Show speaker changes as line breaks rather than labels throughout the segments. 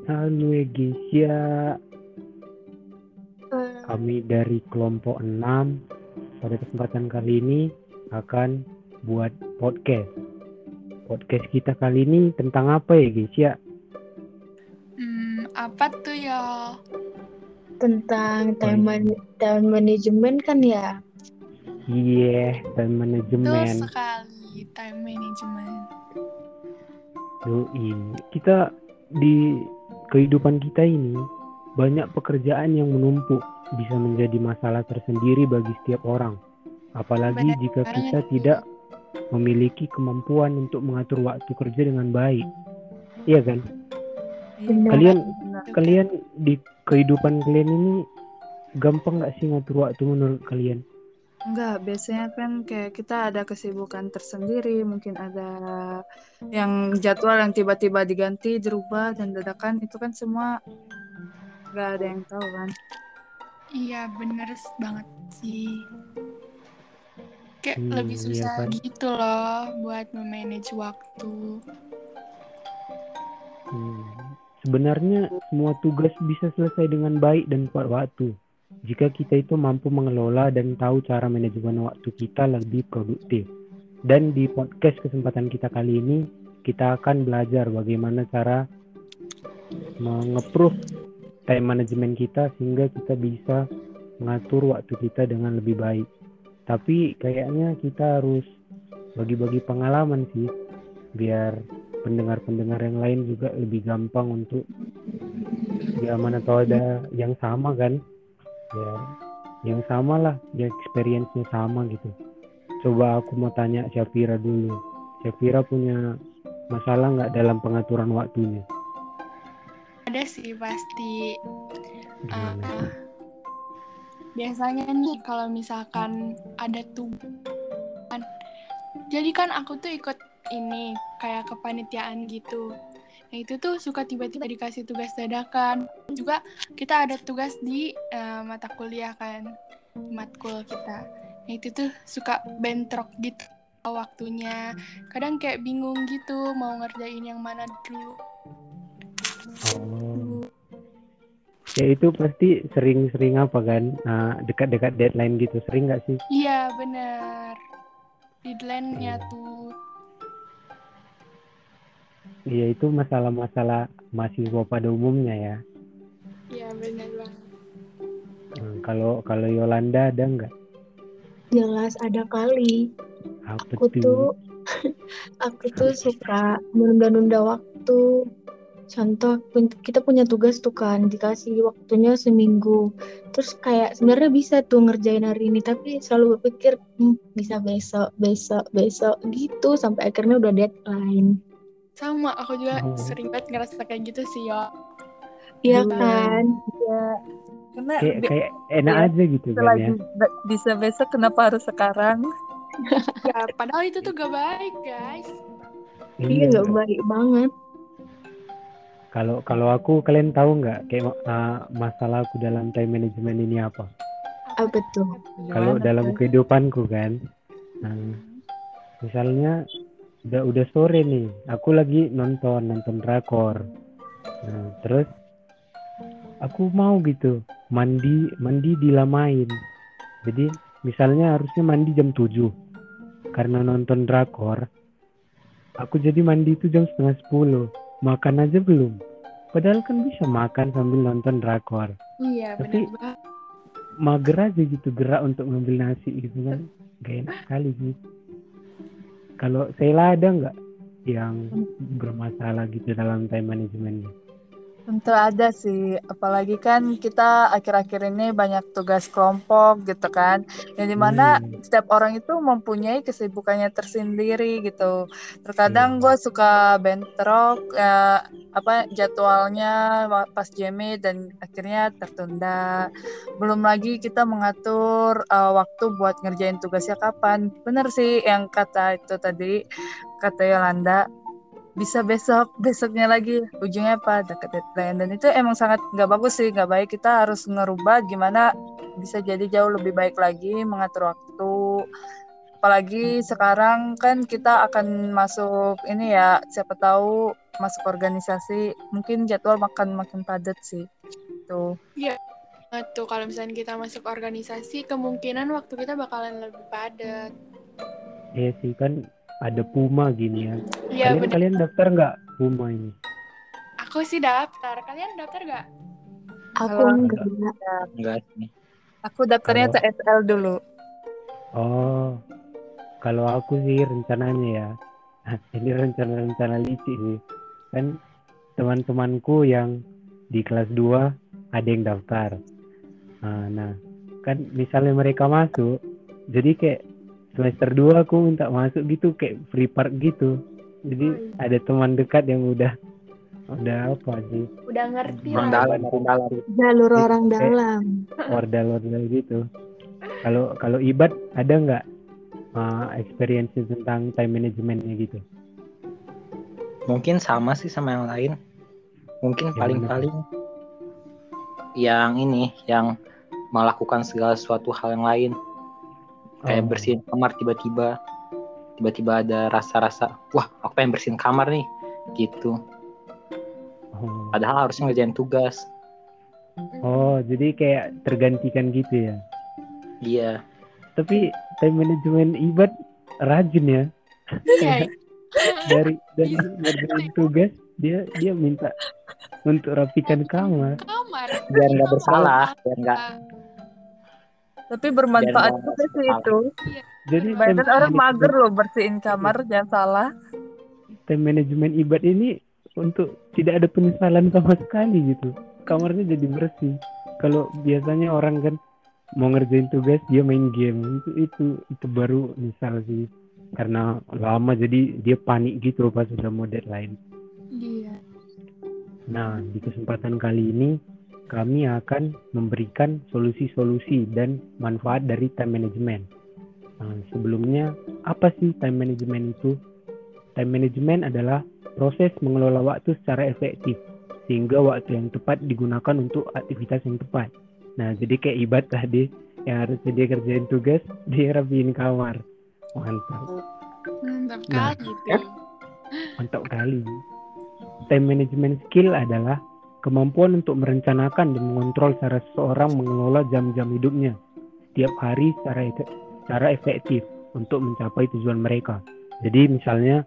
Halo Geisha, kami dari kelompok 6 pada kesempatan kali ini akan buat podcast. Podcast kita kali ini tentang apa ya Geisha?
Apa tuh ya?
Tentang time management kan ya?
Iya, time
Betul
management.
sekali, time management.
Kita di kehidupan kita ini banyak pekerjaan yang menumpuk, bisa menjadi masalah tersendiri bagi setiap orang. Apalagi
Benar
jika
banget
kita
tuh.
tidak memiliki kemampuan untuk mengatur waktu kerja dengan baik. Iya kan?
Benar.
Kalian di kehidupan kalian ini gampang nggak sih ngatur waktu menurut kalian?
Enggak, biasanya kan kayak kita ada kesibukan tersendiri, mungkin ada yang jadwal yang tiba-tiba diganti, dirubah, dan dadakan, itu kan semua nggak ada yang tahu kan.
Iya, bener banget sih. Kayak lebih
Iya
susah
kan?
gitu loh buat memanage waktu.
Sebenarnya semua tugas bisa selesai dengan baik dan tepat waktu. Jika kita itu mampu mengelola dan tahu cara manajemen waktu kita lebih produktif. Dan di podcast kesempatan kita kali ini, kita akan belajar bagaimana cara mengeproof time management kita sehingga kita bisa mengatur waktu kita dengan lebih baik. Tapi kayaknya kita harus bagi-bagi pengalaman sih, biar pendengar-pendengar yang lain juga lebih gampang untuk ya mana tahu ada yang sama kan, ya yang sama lah, ya experience-nya sama gitu. Coba aku mau tanya Syafira dulu. Syafira punya masalah nggak dalam pengaturan waktunya?
Ada sih pasti.
Gimana?
Biasanya nih kalau misalkan ada tugas, jadi kan aku tuh ikut ini kayak kepanitiaan gitu. Nah itu tuh suka tiba-tiba dikasih tugas dadakan. Juga kita ada tugas di mata kuliah kan, matkul kita. Nah itu tuh suka bentrok gitu waktunya. Kadang kayak bingung gitu mau ngerjain yang mana dulu.
Ya itu pasti sering-sering apa kan, dekat-dekat deadline gitu, sering nggak sih?
Iya bener, deadline-nya tuh.
Iya itu masalah-masalah mahasiswa pada umumnya ya.
Iya bener banget.
Kalau Yolanda ada nggak?
Jelas ada kali.
Apa
Aku tuh suka menunda-nunda waktu. Contoh, kita punya tugas tuh kan, dikasih waktunya seminggu. Terus kayak sebenarnya bisa tuh ngerjain hari ini, tapi selalu berpikir, bisa besok, besok, besok gitu, sampai akhirnya udah deadline.
Sama, aku juga sering banget ngerasa kayak gitu sih ya.
Iya kan?
Iya. Karena
kayak enak aja gitu kan ya.
Bisa besok, kenapa harus sekarang?
Ya, padahal itu tuh gak baik, guys.
Iya, gak baik banget.
Kalau aku, kalian tahu nggak kayak masalah aku dalam time management ini apa?
Apa tuh?
Kalau dalam kehidupanku kan, misalnya udah sore nih, aku lagi nonton drakor. Terus aku mau gitu mandi dilamain. Jadi misalnya harusnya mandi jam 7, karena nonton drakor aku jadi mandi itu jam setengah 10. Makan aja belum, padahal kan bisa makan sambil nonton drakor.
Iya,
tapi
benar.
mager aja gitu gerak untuk ngambil nasi gitu kan, gak enak sekali sih. Kalau Sheila ada nggak yang bermasalah gitu dalam time managementnya?
Tentu ada sih, apalagi kan kita akhir-akhir ini banyak tugas kelompok gitu kan, yang dimana setiap orang itu mempunyai kesibukannya tersendiri gitu. Terkadang gue suka bentrok jadwalnya pas JME dan akhirnya tertunda. Belum lagi kita mengatur waktu buat ngerjain tugasnya kapan. Bener sih yang kata itu tadi, kata Yolanda. Bisa besoknya lagi, ujungnya apa, deket deadline. Dan itu emang sangat nggak bagus sih, nggak baik. Kita harus ngerubah gimana bisa jadi jauh lebih baik lagi mengatur waktu. Apalagi sekarang kan kita akan masuk ini ya, siapa tahu masuk organisasi, mungkin jadwal makin padat sih. Tuh.
Tuh kalau misalnya kita masuk organisasi, kemungkinan waktu kita bakalan lebih padat.
Iya sih, kan ada Puma gini ya.
Iya bener.
Kalian daftar nggak Puma ini?
Aku sih daftar. Kalian daftar nggak?
Aku
Kalau
enggak.
Enggak sih.
aku daftarnya
Kalau-
TSL dulu.
Oh, kalau aku sih rencananya ya, ini rencana licik sih. Kan teman-temanku yang di kelas 2 ada yang daftar. Nah, kan misalnya mereka masuk, jadi kayak semester 2 aku minta masuk gitu, kayak free park gitu. Jadi ada teman dekat yang udah apa sih,
Udah ngerti
Orang
lah.
dalam.
Jalur
Gitu,
orang
kayak-
dalam.
ordal gitu. Kalau Ibad ada nggak experience tentang time managementnya gitu?
Mungkin sama sih sama yang lain. Mungkin
Yang
paling-paling yang ini, yang melakukan segala sesuatu hal yang lain. Kayak
Oh.
bersihin kamar tiba-tiba ada rasa-rasa, wah aku pengen bersihin kamar nih, gitu.
Oh.
Padahal harusnya ngerjain tugas.
Oh, jadi kayak tergantikan gitu ya.
Iya.
Tapi time management Ibad rajin ya.
Iya.
Dari ngerjain tugas dia minta untuk rapikan kamar.
Kamar.
Biar nggak bersalah, biar nggak
Tapi bermanfaat
Biar nggak
juga sih
salah.
itu.
Jadi
Kebanyakan orang mager loh bersihin kamar, jangan salah.
time management Ibad ini untuk tidak ada penyesalan sama sekali gitu. Kamarnya jadi bersih. Kalau biasanya orang kan mau ngerjain tugas dia main game, itu baru misal sih, karena lama jadi dia panik gitu pas sudah mau deadline.
Iya.
Nah, di kesempatan kali ini kami akan memberikan solusi-solusi dan manfaat dari time management. Nah, sebelumnya apa sih time management itu? Time management adalah proses mengelola waktu secara efektif sehingga waktu yang tepat digunakan untuk aktivitas yang tepat. Nah, jadi kayak Ibad tadi yang harusnya dia kerjain tugas, dia rapiin kamar. Mantap.
Mantap
Nah,
kali itu.
Mantap kali. Time management skill adalah kemampuan untuk merencanakan dan mengontrol cara seseorang mengelola jam-jam hidupnya setiap hari secara efektif untuk mencapai tujuan mereka. Jadi misalnya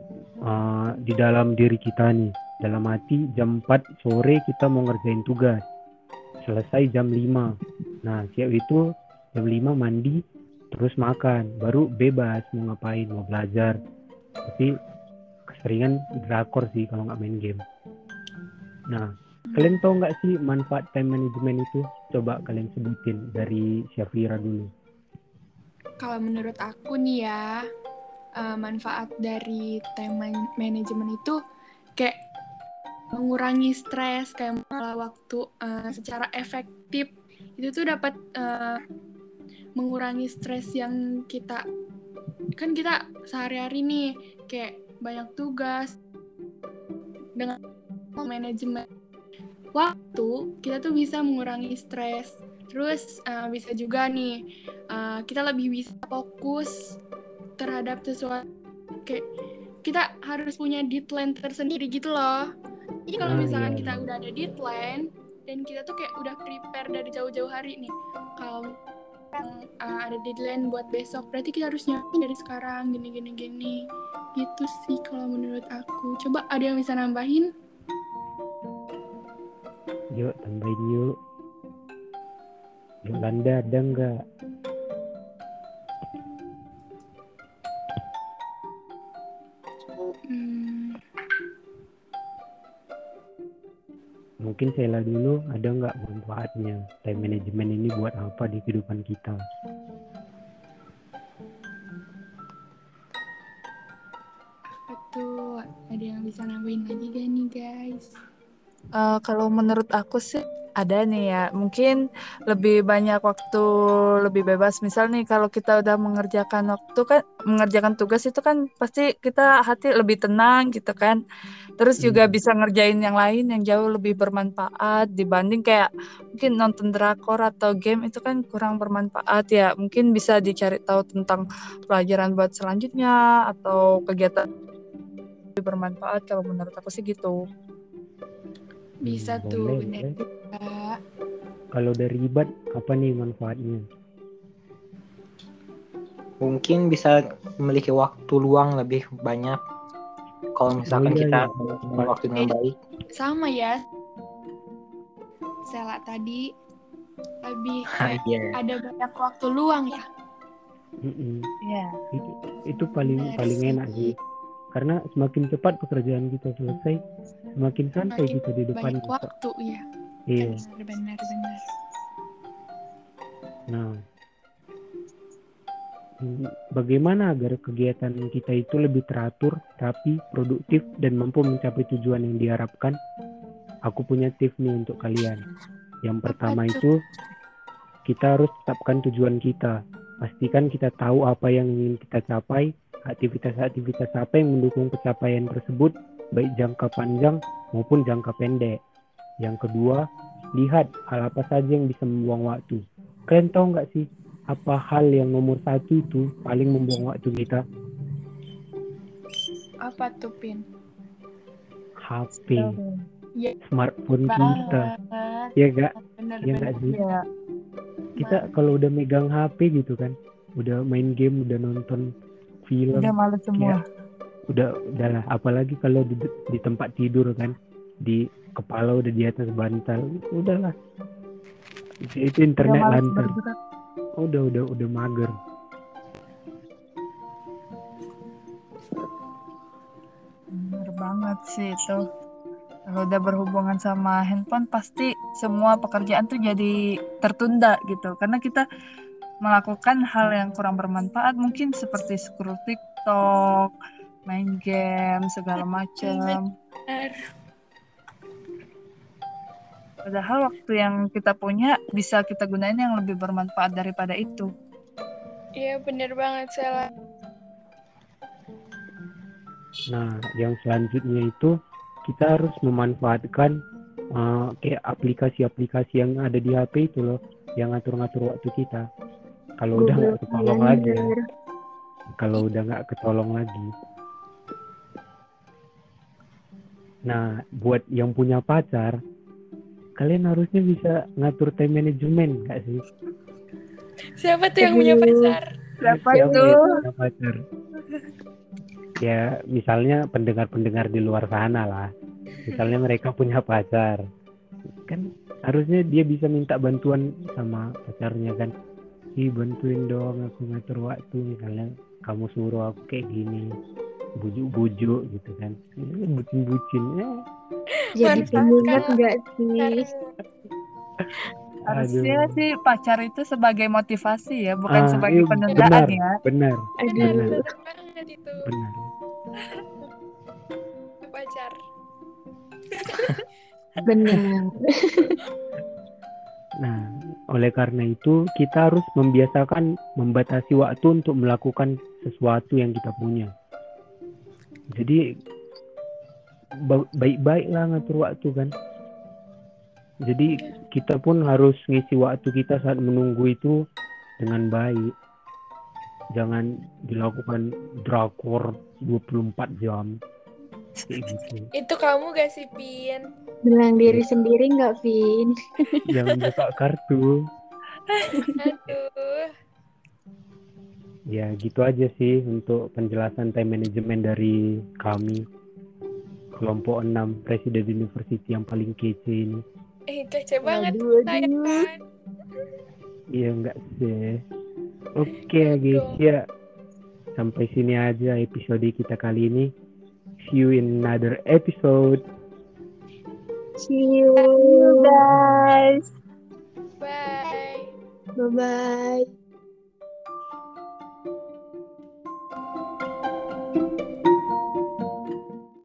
di dalam diri kita nih, dalam hati jam 4 sore kita mau ngerjain tugas, selesai jam 5. Nah, siap itu jam 5 mandi, terus makan, baru bebas mau ngapain, mau belajar. Tapi keseringan drakor sih kalau nggak main game. Nah, kalian tahu nggak sih manfaat time management itu? Coba kalian sebutin dari Syafira dulu.
Kalau menurut aku nih ya, manfaat dari time management itu kayak mengurangi stres, kayak mengelola waktu secara efektif. Itu tuh dapat mengurangi stres yang kita sehari-hari nih kayak banyak tugas. Dengan manajemen waktu kita tuh bisa mengurangi stres. Terus bisa juga nih kita lebih bisa fokus terhadap sesuatu, kayak kita harus punya deadline tersendiri gitu loh. Jadi kalau misalkan kita udah ada deadline dan kita tuh kayak udah prepare dari jauh-jauh hari nih, kalau ada deadline buat besok, berarti kita harus nyiapin dari sekarang gini gitu sih kalau menurut aku. Coba ada yang bisa nambahin?
Yuk tambahin yuk. Yolanda ada nggak? Mungkin Sheila dulu, ada nggak manfaatnya time management ini buat apa di kehidupan kita?
Betul, ada yang bisa nambahin lagi gak nih guys?
Kalau menurut aku sih ada nih ya, mungkin lebih banyak waktu, lebih bebas. Misal nih kalau kita udah mengerjakan tugas itu kan pasti kita hati lebih tenang gitu kan. Terus juga bisa ngerjain yang lain yang jauh lebih bermanfaat dibanding kayak mungkin nonton drakor atau game, itu kan kurang bermanfaat ya. Mungkin bisa dicari tahu tentang pelajaran buat selanjutnya atau kegiatan lebih bermanfaat kalau menurut aku sih gitu.
Bisa tuh,
boleh,
bener
boleh.
juga.
Kalau dari Ibad, apa nih manfaatnya?
Mungkin bisa memiliki waktu luang lebih banyak kalau misalkan
iya,
kita
iya.
manajemen waktu dengan baik.
Sama ya, Sela tadi lebih kayak
Iya.
ada banyak waktu luang ya.
Mm-mm.
Iya.
Itu paling
Bener sih.
enak sih. Karena semakin cepat pekerjaan kita selesai, semakin santai
Makin
kita di depan
banyak
kita.
waktu ya.
Iya.
Benar.
Nah, bagaimana agar kegiatan kita itu lebih teratur, rapi, produktif, dan mampu mencapai tujuan yang diharapkan? Aku punya tips nih untuk kalian. Yang pertama
Apa tuh?
itu, kita harus tetapkan tujuan kita. Pastikan kita tahu apa yang ingin kita capai, aktivitas-aktivitas apa yang mendukung pencapaian tersebut, baik jangka panjang maupun jangka pendek. Yang kedua, lihat hal apa saja yang bisa membuang waktu. Kalian tahu nggak sih, apa hal yang nomor satu itu paling membuang waktu kita?
Apa tuh, Pin?
HP,
Ya,
smartphone kita.
banget.
Ya nggak?
Bener.
Ya nggak sih?
Iya.
Kita kalau udah megang HP gitu kan, udah main game, udah nonton film,
Udah malas semua.
udahlah. Apalagi kalau di tempat tidur kan, di kepala udah di atas bantal, udahlah. Itu
Udah
internet
malas
lancar.
bergerak.
Udah mager.
Bener banget sih itu. Kalau udah berhubungan sama handphone pasti semua pekerjaan tuh jadi tertunda gitu. Karena kita melakukan hal yang kurang bermanfaat mungkin seperti scroll TikTok, main game, segala macam.
Bener.
Padahal waktu yang kita punya bisa kita gunain yang lebih bermanfaat daripada itu.
Iya, bener banget, Sela.
Nah, yang selanjutnya itu kita harus memanfaatkan kayak aplikasi-aplikasi yang ada di HP itu loh, yang ngatur-ngatur waktu kita. Kalau udah nggak ketolong lagi ya. Kalau udah nggak ketolong lagi. Nah, buat yang punya pacar, kalian harusnya bisa ngatur time management nggak sih?
Siapa tuh yang punya pacar?
Siapa
Siapa
tuh?
yang punya pacar? Ya, misalnya pendengar-pendengar di luar sana lah. Misalnya mereka punya pacar. Kan harusnya dia bisa minta bantuan sama pacarnya kan. Bantuin dong aku ngatur waktu, misalnya kamu suruh aku kayak gini, bujuk-bujuk gitu kan. Bucin-bucin
Jadi pengingat nggak sih?
Harusnya
Aduh.
sih pacar itu sebagai motivasi ya, bukan sebagai
Iya,
penundaan ya.
benar.
Bener banget itu.
Benar.
Pacar.
Benar.
Nah, oleh karena itu kita harus membiasakan membatasi waktu untuk melakukan sesuatu yang kita punya. Jadi baik-baiklah ngatur waktu kan. Jadi kita pun harus ngisi waktu kita saat menunggu itu dengan baik. Jangan dilakukan drakor 24 jam. Kayak gitu.
Itu kamu gak sih, Pin?
Bilang diri sendiri nggak, Vin?
Jangan buka kartu.
Aduh.
Ya gitu aja sih untuk penjelasan time management dari kami. Kelompok 6 Presiden University yang paling kece ini.
Kece banget
Aduh.
saya kan.
Iya enggak sih. Oke guys ya. Sampai sini aja episode kita kali ini. See you in another episode.
See you
guys.
Bye.
Bye-bye.